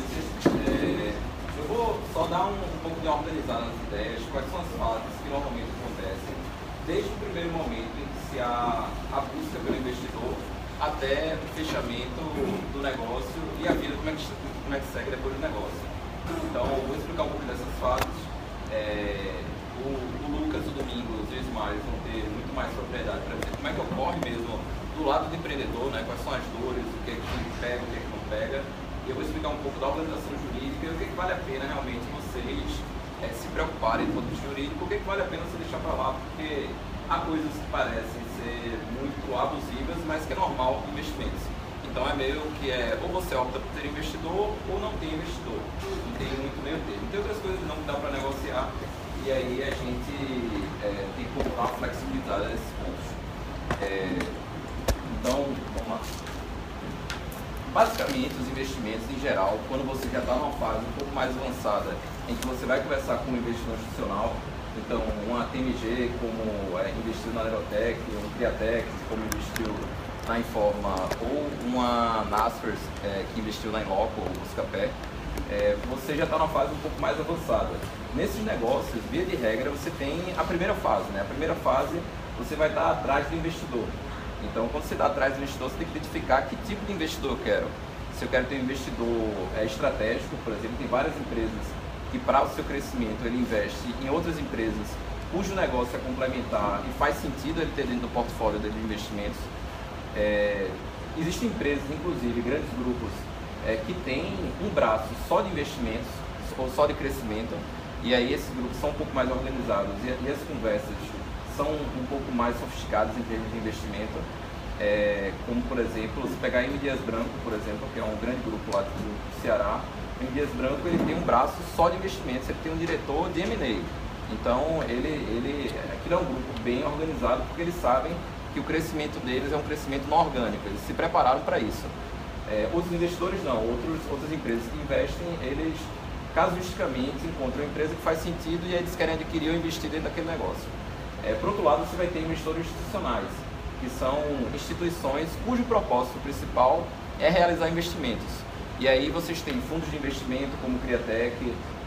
Eu vou só dar um pouco de organizar nas ideias, quais são as fases que normalmente acontecem, desde o primeiro momento em iniciar a busca pelo investidor até o fechamento do negócio e a vida, como é que segue depois do negócio. Então, eu vou explicar um pouco dessas fases. O Lucas, o Domingos e o Ismael vão ter muito mais propriedade para dizer como é que ocorre mesmo do lado do empreendedor, né? Quais são as dores, o que é que pega, o que é que não pega. E eu vou explicar um pouco da organização jurídica e o que é que vale a pena realmente vocês se preocuparem com o jurídico, o que é que vale a pena você deixar para lá, porque há coisas que parecem ser muito abusivas, mas que é normal em investimentos. Então é meio que ou você opta por ter investidor ou não tem investidor. Não tem muito meio termo. Tem outras coisas que não dá para negociar e aí a gente tem que procurar uma flexibilidade nesses pontos. Então, vamos lá. Basicamente, os investimentos em geral, quando você já está numa fase um pouco mais avançada, em que você vai conversar com um investidor institucional, então uma TMG, como investiu na Neurotech, um Criatec, como investiu na Informa, ou uma Naspers, que investiu na Inloco ou Buscapé, você já está numa fase um pouco mais avançada. Nesses negócios, via de regra, você tem a primeira fase, né? A primeira fase, você vai estar atrás do investidor. Então, quando você está atrás do investidor, você tem que identificar que tipo de investidor eu quero. Se eu quero ter um investidor estratégico, por exemplo, tem várias empresas que para o seu crescimento ele investe em outras empresas cujo negócio é complementar e faz sentido ele ter dentro do portfólio dele de investimentos. Existem empresas, inclusive grandes grupos, que têm um braço só de investimentos ou só de crescimento, e aí esses grupos são um pouco mais organizados e as conversas são um pouco mais sofisticadas em termos de investimento, como por exemplo, se pegar M. Dias Branco, por exemplo, que é um grande grupo lá do Ceará. M. Dias Branco ele tem um braço só de investimentos, ele tem um diretor de M&A. Então aquilo é um grupo bem organizado, porque eles sabem que o crescimento deles é um crescimento não orgânico, eles se prepararam para isso. Outros investidores não, outras empresas que investem, eles casuisticamente encontram uma empresa que faz sentido e aí eles querem adquirir ou investir dentro daquele negócio. Por outro lado, você vai ter investidores institucionais, que são instituições cujo propósito principal é realizar investimentos. E aí vocês têm fundos de investimento como o Criatec,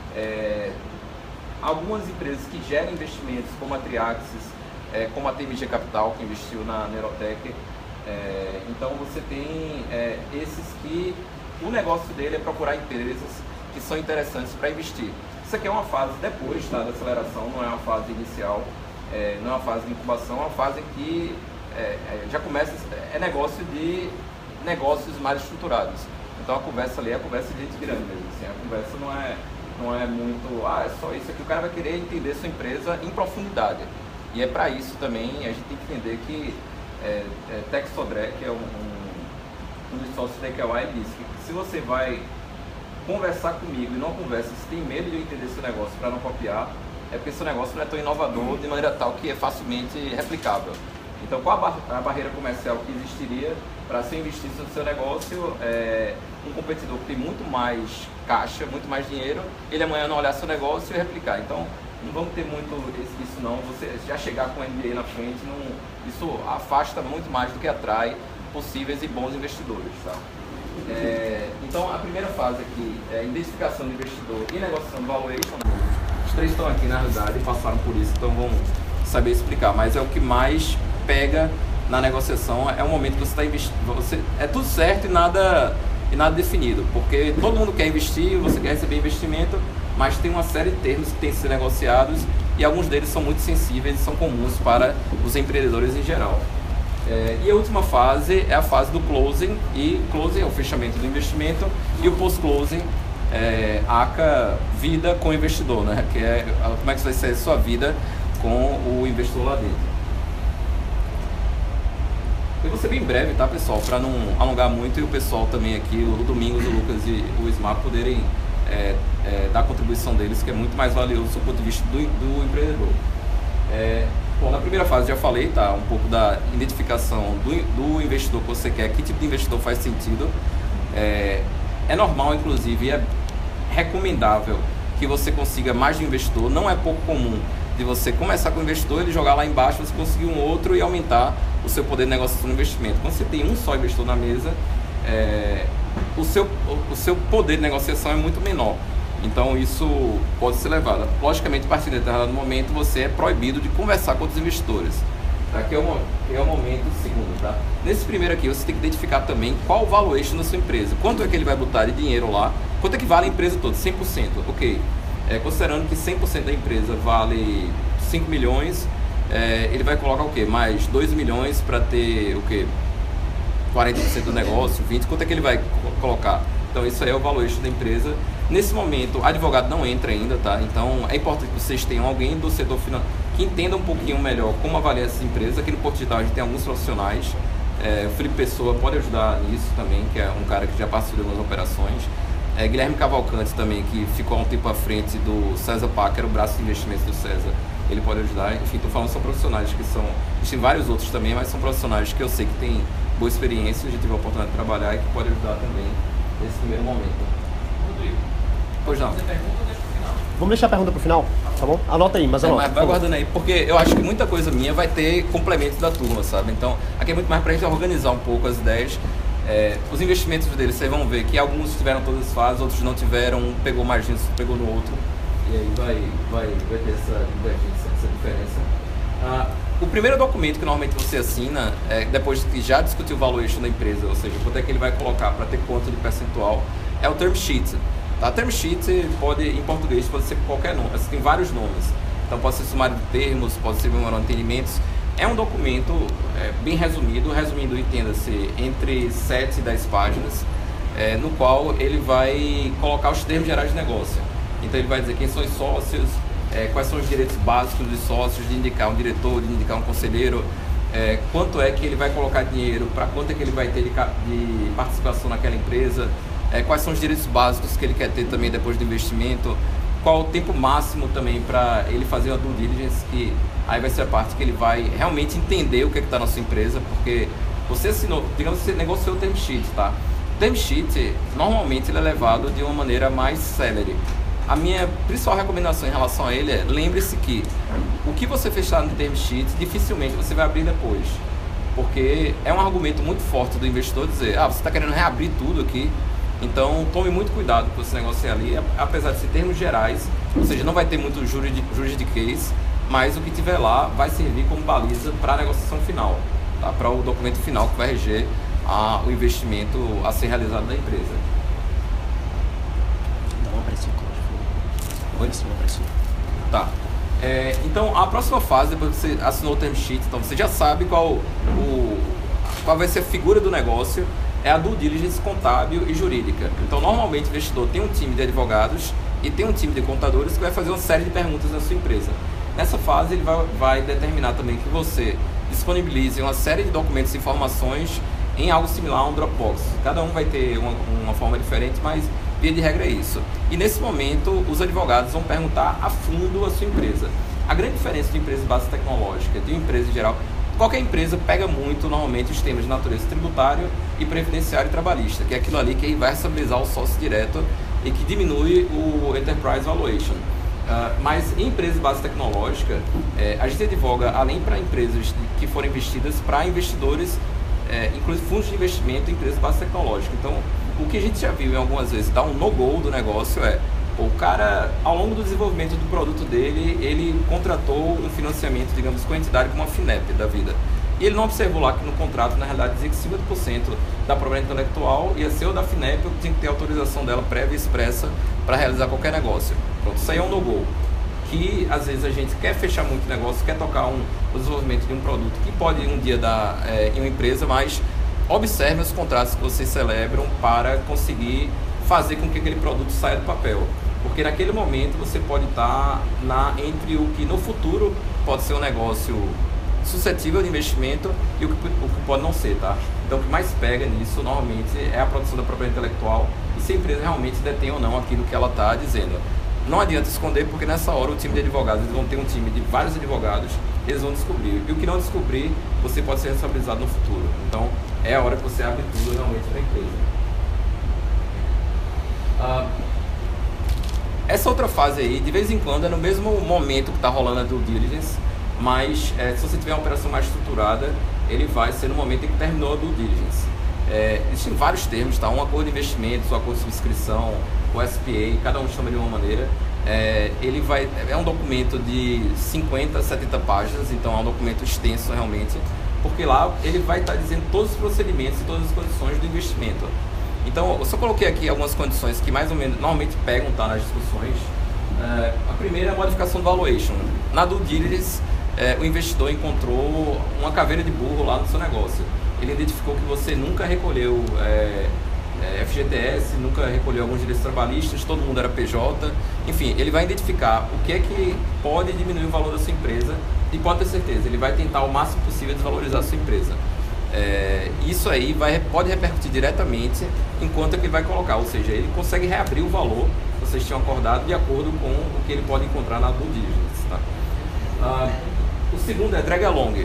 algumas empresas que geram investimentos como a Triaxis, como a TMG Capital, que investiu na Neurotech. Então você tem esses que o negócio dele é procurar empresas que são interessantes para investir. Isso aqui é uma fase depois da aceleração, não é uma fase inicial. Não é uma fase de incubação, é uma fase que já começa, negócio de negócios mais estruturados. Então a conversa ali é a conversa de gente grande mesmo, assim, a conversa não é muito, é só isso aqui, o cara vai querer entender sua empresa em profundidade. E é para isso também, a gente tem que entender que Tex Sodré, que é um dos sócios da EQY, disse que se você vai conversar comigo e não conversa, se tem medo de eu entender seu negócio para não copiar, é porque seu negócio não é tão inovador de maneira tal que é facilmente replicável. Então, qual a barreira comercial que existiria para se investir no seu negócio? Um competidor que tem muito mais caixa, muito mais dinheiro, ele amanhã não olhar seu negócio e replicar. Então, não vamos ter muito isso não. Você já chegar com o MBA na frente, isso afasta muito mais do que atrai possíveis e bons investidores. Tá? Então, a primeira fase aqui é identificação do investidor e negociação do valuation. Os três estão aqui na realidade e passaram por isso, então vão saber explicar, mas é o que mais pega na negociação, é o momento que você está investindo, é tudo certo e nada definido, porque todo mundo quer investir, você quer receber investimento, mas tem uma série de termos que têm que ser negociados e alguns deles são muito sensíveis e são comuns para os empreendedores em geral. E a última fase é a fase do closing, e closing é o fechamento do investimento, e o post-closing aka vida com o investidor, né? Que como é que vai ser a sua vida com o investidor lá dentro. Eu vou ser bem breve, tá, pessoal, para não alongar muito e o pessoal também aqui, o Domingos, o Lucas e o Ismar poderem dar a contribuição deles, que é muito mais valioso do ponto de vista do empreendedor. Bom, na primeira fase já falei, tá, um pouco da identificação do investidor que você quer, que tipo de investidor faz sentido. É normal, inclusive, é recomendável que você consiga mais de um investidor. Não é pouco comum de você começar com um investidor, ele jogar lá embaixo, você conseguir um outro e aumentar o seu poder de negociação no investimento. Quando você tem um só investidor na mesa, o seu poder de negociação é muito menor. Então isso pode ser levado. Logicamente, a partir de determinado momento, você é proibido de conversar com outros investidores. Aqui é o momento segundo, tá? Nesse primeiro aqui, você tem que identificar também qual o valuation da sua empresa. Quanto é que ele vai botar de dinheiro lá? Quanto é que vale a empresa toda? 100%. Ok. Considerando que 100% da empresa vale 5 milhões, ele vai colocar o quê? Mais 2 milhões para ter o quê? 40% do negócio, 20%. Quanto é que ele vai colocar? Então, isso aí é o valuation da empresa. Nesse momento, advogado não entra ainda, tá? Então, é importante que vocês tenham alguém do setor financeiro que entenda um pouquinho melhor como avaliar essa empresa. Aqui no Porto Digital a gente tem alguns profissionais. O Felipe Pessoa pode ajudar nisso também, que é um cara que já participou de algumas operações. Guilherme Cavalcante também, que ficou há um tempo à frente do César Packer, o braço de investimentos do César. Ele pode ajudar. Enfim, estou falando são profissionais que são... Existem vários outros também, mas são profissionais que eu sei que têm boa experiência, a gente teve a oportunidade de trabalhar e que pode ajudar também nesse primeiro momento. Rodrigo, pois não. você pergunta ou deixa pro final? Vamos deixar a pergunta pro final, tá bom? Anota aí, mas anota. Mas vai guardando aí, porque eu acho que muita coisa minha vai ter complemento da turma, sabe? Então, aqui é muito mais pra gente organizar um pouco as ideias. Os investimentos deles, vocês vão ver que alguns tiveram todas as fases, outros não tiveram, um pegou mais disso, pegou no outro. E aí vai ter essa divergência, essa diferença. O primeiro documento que normalmente você assina, depois que já discutiu o valuation da empresa, ou seja, quanto é que ele vai colocar para ter conta de percentual, é o term sheet. Tá? Term sheet pode, em português, pode ser qualquer nome, assim, tem vários nomes. Então pode ser sumário de termos, pode ser memorando de entendimentos. É um documento bem resumido, entenda-se, entre 7 e 10 páginas, no qual ele vai colocar os termos gerais de negócio. Então ele vai dizer quem são os sócios, quais são os direitos básicos dos sócios, de indicar um diretor, de indicar um conselheiro, quanto é que ele vai colocar dinheiro, para quanto é que ele vai ter de participação naquela empresa, quais são os direitos básicos que ele quer ter também depois do investimento, qual o tempo máximo também para ele fazer uma due diligence, que aí vai ser a parte que ele vai realmente entender o que está na sua empresa, porque você assinou, digamos que você negociou o term sheet, tá? O term sheet, normalmente ele é levado de uma maneira mais célere. A minha principal recomendação em relação a ele é, lembre-se que o que você fechar no term sheet, dificilmente você vai abrir depois. Porque é um argumento muito forte do investidor dizer, você está querendo reabrir tudo aqui, então tome muito cuidado com esse negócio ali, apesar de ser termos gerais, ou seja, não vai ter muito juridiquês, mas o que tiver lá vai servir como baliza para a negociação final, tá? Para o documento final que vai reger o investimento a ser realizado na empresa. Dá uma pressão, Tá. Então, a próxima fase, depois que você assinou o term sheet, então você já sabe qual vai ser a figura do negócio, é a due diligence contábil e jurídica. Então, normalmente o investidor tem um time de advogados e tem um time de contadores que vai fazer uma série de perguntas na sua empresa. Nessa fase, ele vai determinar também que você disponibilize uma série de documentos e informações em algo similar a um Dropbox. Cada um vai ter uma forma diferente, mas via de regra é isso. E nesse momento, os advogados vão perguntar a fundo a sua empresa. A grande diferença de empresa de base tecnológica, de uma empresa em geral, qualquer empresa pega muito, normalmente, os temas de natureza tributária e previdenciário e trabalhista, que é aquilo ali que vai responsabilizar o sócio direto e que diminui o enterprise valuation. Mas em empresas de base tecnológica, a gente advoga, além para empresas que forem investidas, para investidores, inclusive fundos de investimento em empresas de base tecnológica. Então, o que a gente já viu em algumas vezes dar um no-go do negócio o cara, ao longo do desenvolvimento do produto dele, ele contratou um financiamento, digamos, com a entidade como a FINEP da vida. E ele não observou lá que no contrato, na realidade, dizia que 50% da propriedade intelectual ia ser o da FINEP, ou tinha que ter autorização dela prévia e expressa para realizar qualquer negócio. Pronto, isso aí é um no-go. Que às vezes a gente quer fechar muito negócio, quer tocar o desenvolvimento de um produto que pode um dia dar em uma empresa, mas observe os contratos que vocês celebram para conseguir fazer com que aquele produto saia do papel. Porque naquele momento você pode estar entre o que no futuro pode ser um negócio suscetível de investimento e o que pode não ser, tá? Então o que mais pega nisso normalmente é a produção da propriedade intelectual e se a empresa realmente detém ou não aquilo que ela está dizendo. Não adianta esconder, porque nessa hora o time de advogados, eles vão ter um time de vários advogados, eles vão descobrir. E o que não descobrir, você pode ser responsabilizado no futuro. Então, é a hora que você abre tudo realmente para a empresa. Essa outra fase aí, de vez em quando, é no mesmo momento que está rolando a due diligence, mas se você tiver uma operação mais estruturada, ele vai ser no momento em que terminou a due diligence. Existem vários termos, tá? Um acordo de investimentos, um acordo de subscrição, o SPA, cada um chama de uma maneira. É um documento de 50, 70 páginas, então é um documento extenso realmente, porque lá ele vai estar dizendo todos os procedimentos e todas as condições do investimento. Então, eu só coloquei aqui algumas condições que mais ou menos normalmente pegam, tá, nas discussões. A primeira é a modificação do valuation. Na due diligence, o investidor encontrou uma caveira de burro lá no seu negócio. Ele identificou que você nunca recolheu FGTS, nunca recolheu alguns direitos trabalhistas, todo mundo era PJ. Enfim, ele vai identificar o que é que pode diminuir o valor da sua empresa e pode ter certeza, ele vai tentar o máximo possível desvalorizar a sua empresa. Isso aí pode repercutir diretamente em quanto é que ele vai colocar, ou seja, ele consegue reabrir o valor que vocês tinham acordado de acordo com o que ele pode encontrar na due diligence. Tá? O segundo é drag along.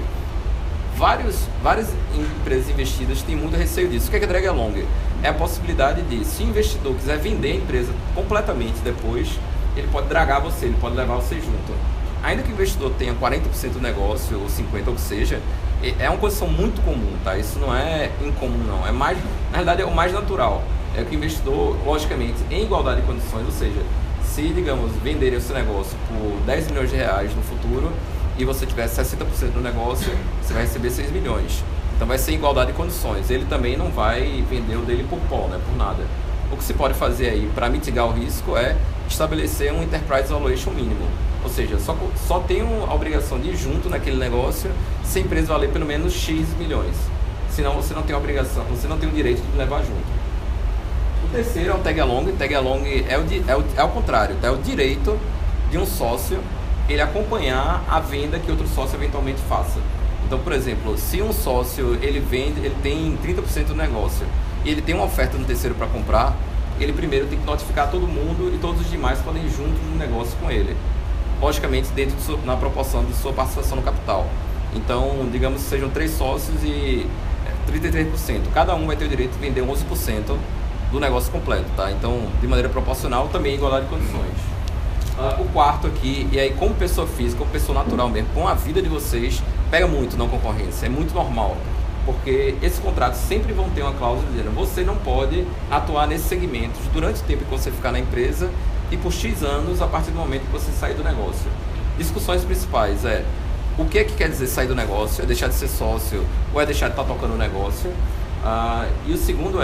Várias empresas investidas têm muito receio disso. O que é drag along? É a possibilidade de, se o investidor quiser vender a empresa completamente depois, ele pode dragar você, ele pode levar você junto. Ainda que o investidor tenha 40% do negócio, ou 50%, ou que seja, é uma condição muito comum, tá? Isso não é incomum, não. Na realidade, é o mais natural. É que o investidor, logicamente, em igualdade de condições, ou seja, se, digamos, venderem o seu negócio por 10 milhões de reais no futuro e você tiver 60% do negócio, você vai receber 6 milhões. Então vai ser em igualdade de condições. Ele também não vai vender o dele por pó, né? Por nada. O que se pode fazer aí para mitigar o risco é estabelecer um enterprise valuation mínimo. Ou seja, só tem a obrigação de ir junto naquele negócio se a empresa valer pelo menos X milhões. Senão você não tem a obrigação, você não tem o direito de levar junto. O terceiro é o tag along. Tag along é o contrário, tá? É o direito de um sócio ele acompanhar a venda que outro sócio eventualmente faça. Então, por exemplo, se um sócio ele tem 30% do negócio e ele tem uma oferta no terceiro para comprar, ele primeiro tem que notificar todo mundo e todos os demais podem ir juntos no negócio com ele. Logicamente, na proporção de sua participação no capital. Então, digamos que sejam 3 sócios e 33%. Cada um vai ter o direito de vender 11% do negócio completo, tá? Então, de maneira proporcional, também em igualdade de condições. O quarto aqui, e aí como pessoa física, como pessoa natural mesmo, com a vida de vocês, pega muito na concorrência, é muito normal. Porque esses contratos sempre vão ter uma cláusula dizendo você não pode atuar nesses segmentos durante o tempo que você ficar na empresa e por X anos a partir do momento que você sair do negócio. Discussões principais o que quer dizer sair do negócio? É deixar de ser sócio ou é deixar de estar tocando o negócio? E o segundo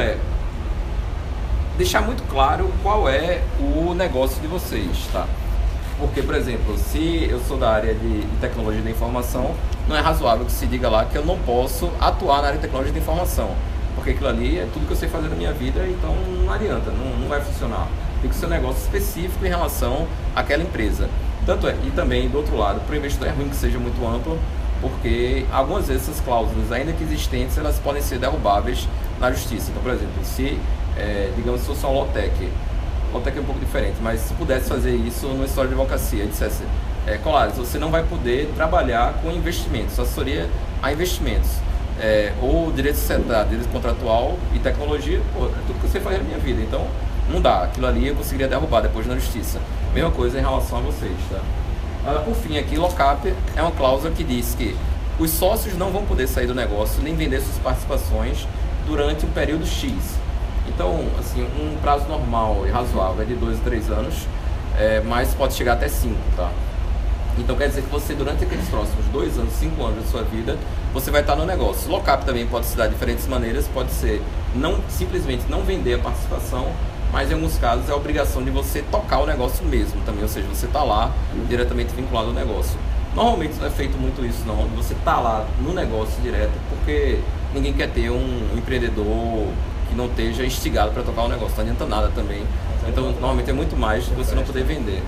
deixar muito claro qual é o negócio de vocês, tá? Porque, por exemplo, se eu sou da área de tecnologia da informação, não é razoável que se diga lá que eu não posso atuar na área de tecnologia da informação, porque aquilo ali é tudo que eu sei fazer na minha vida, então não adianta, não vai funcionar. Tem que ser um negócio específico em relação àquela empresa. E também, do outro lado, para o investidor é ruim que seja muito amplo, porque algumas vezes essas cláusulas, ainda que existentes, elas podem ser derrubáveis na justiça. Então, por exemplo, digamos, se fosse uma Lotec é um pouco diferente, mas se pudesse fazer isso numa história de advocacia, dissesse, Colares, você não vai poder trabalhar com investimentos, assessoria a investimentos, ou direito societário, direito contratual e tecnologia, é tudo que você faz na minha vida, então não dá, aquilo ali eu conseguiria derrubar depois na justiça. Mesma coisa em relação a vocês, tá? Por fim, aqui, lock-up é uma cláusula que diz que os sócios não vão poder sair do negócio nem vender suas participações durante um período X. Então, assim, um prazo normal e razoável é de 2 a 3 anos, mas pode chegar até 5, tá? Então quer dizer que você, durante aqueles próximos 2 anos, 5 anos da sua vida, você vai estar no negócio. Lock-up também pode se dar de diferentes maneiras, pode ser simplesmente não vender a participação, mas em alguns casos é a obrigação de você tocar o negócio mesmo também, ou seja, você está lá diretamente vinculado ao negócio. Normalmente não é feito muito isso não, você está lá no negócio direto, porque ninguém quer ter um empreendedor que não esteja instigado para tocar o negócio, não adianta nada também. Então normalmente é muito mais de você não poder vender.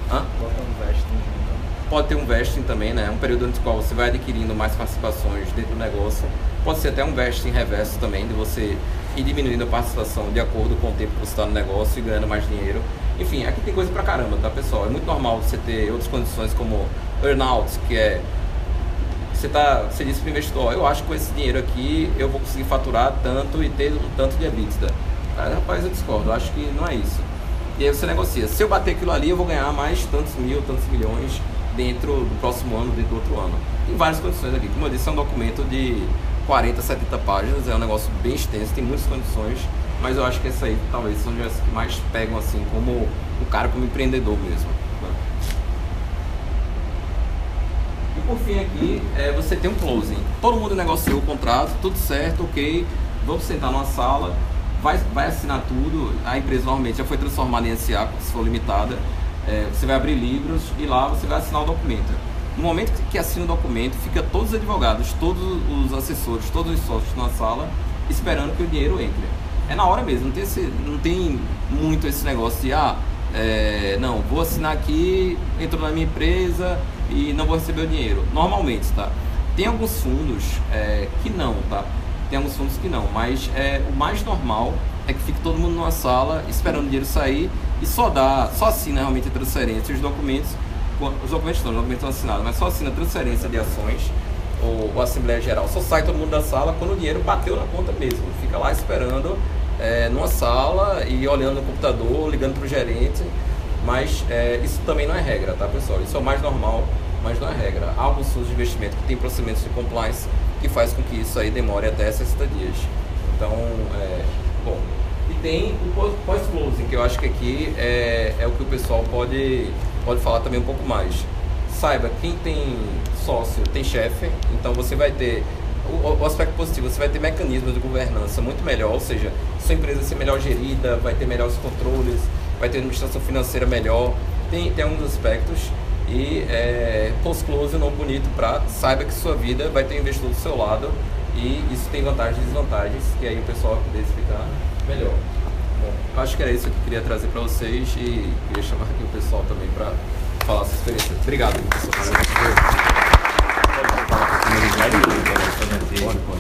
Pode ter um vesting também, né? Um período no qual você vai adquirindo mais participações dentro do negócio. Pode ser até um vesting reverso também, de você ir diminuindo a participação de acordo com o tempo que você está no negócio e ganhando mais dinheiro. Enfim, aqui tem coisa pra caramba, tá, pessoal? É muito normal você ter outras condições como earnout, que é você disse para o investidor, eu acho que com esse dinheiro aqui eu vou conseguir faturar tanto e ter um tanto de EBITDA. Cara, rapaz, eu discordo, eu acho que não é isso. E aí você negocia, se eu bater aquilo ali eu vou ganhar mais tantos mil, tantos milhões dentro do próximo ano, dentro do outro ano. Tem várias condições aqui, como eu disse, é um documento de 40, 70 páginas, é um negócio bem extenso, tem muitas condições, mas eu acho que essa aí talvez são as que mais pegam assim como o cara como empreendedor mesmo. E por fim aqui, você tem um closing. Todo mundo negociou o contrato, tudo certo, ok, vamos sentar numa sala, vai assinar tudo, a empresa normalmente já foi transformada em SA, se for limitada, você vai abrir livros e lá você vai assinar o documento. No momento que assina o documento, fica todos os advogados, todos os assessores, todos os sócios na sala, esperando que o dinheiro entre. É na hora mesmo, não tem muito esse negócio de, não, vou assinar aqui, entrou na minha empresa e não vou receber o dinheiro. Normalmente, tá? Tem alguns fundos que não, tá? Tem alguns fundos que não, mas o mais normal é que fique todo mundo numa sala esperando o dinheiro sair e só assina realmente a transferência, os documentos estão assinados, mas só assina a transferência de ações ou Assembleia Geral, só sai todo mundo da sala quando o dinheiro bateu na conta mesmo, fica lá esperando numa sala e olhando no computador, ligando para o gerente, mas isso também não é regra, tá pessoal? Isso é o mais normal, mas não é regra. Há alguns fundos de investimento que tem procedimentos de compliance que faz com que isso aí demore até 60 dias. Então, bom. E tem o post-closing, que eu acho que aqui é o que o pessoal pode falar também um pouco mais. Saiba, quem tem sócio tem chefe, então você vai ter o aspecto positivo, você vai ter mecanismos de governança muito melhor, ou seja, sua empresa vai ser melhor gerida, vai ter melhores controles, vai ter administração financeira melhor, tem alguns aspectos. E post-close, um nome bonito para saiba que sua vida vai ter um investidor do seu lado e isso tem vantagens e desvantagens, que aí o pessoal vai poder explicar melhor. Bom, acho que era isso que eu queria trazer para vocês e queria chamar aqui o pessoal também para falar a sua experiência. Obrigado, professor.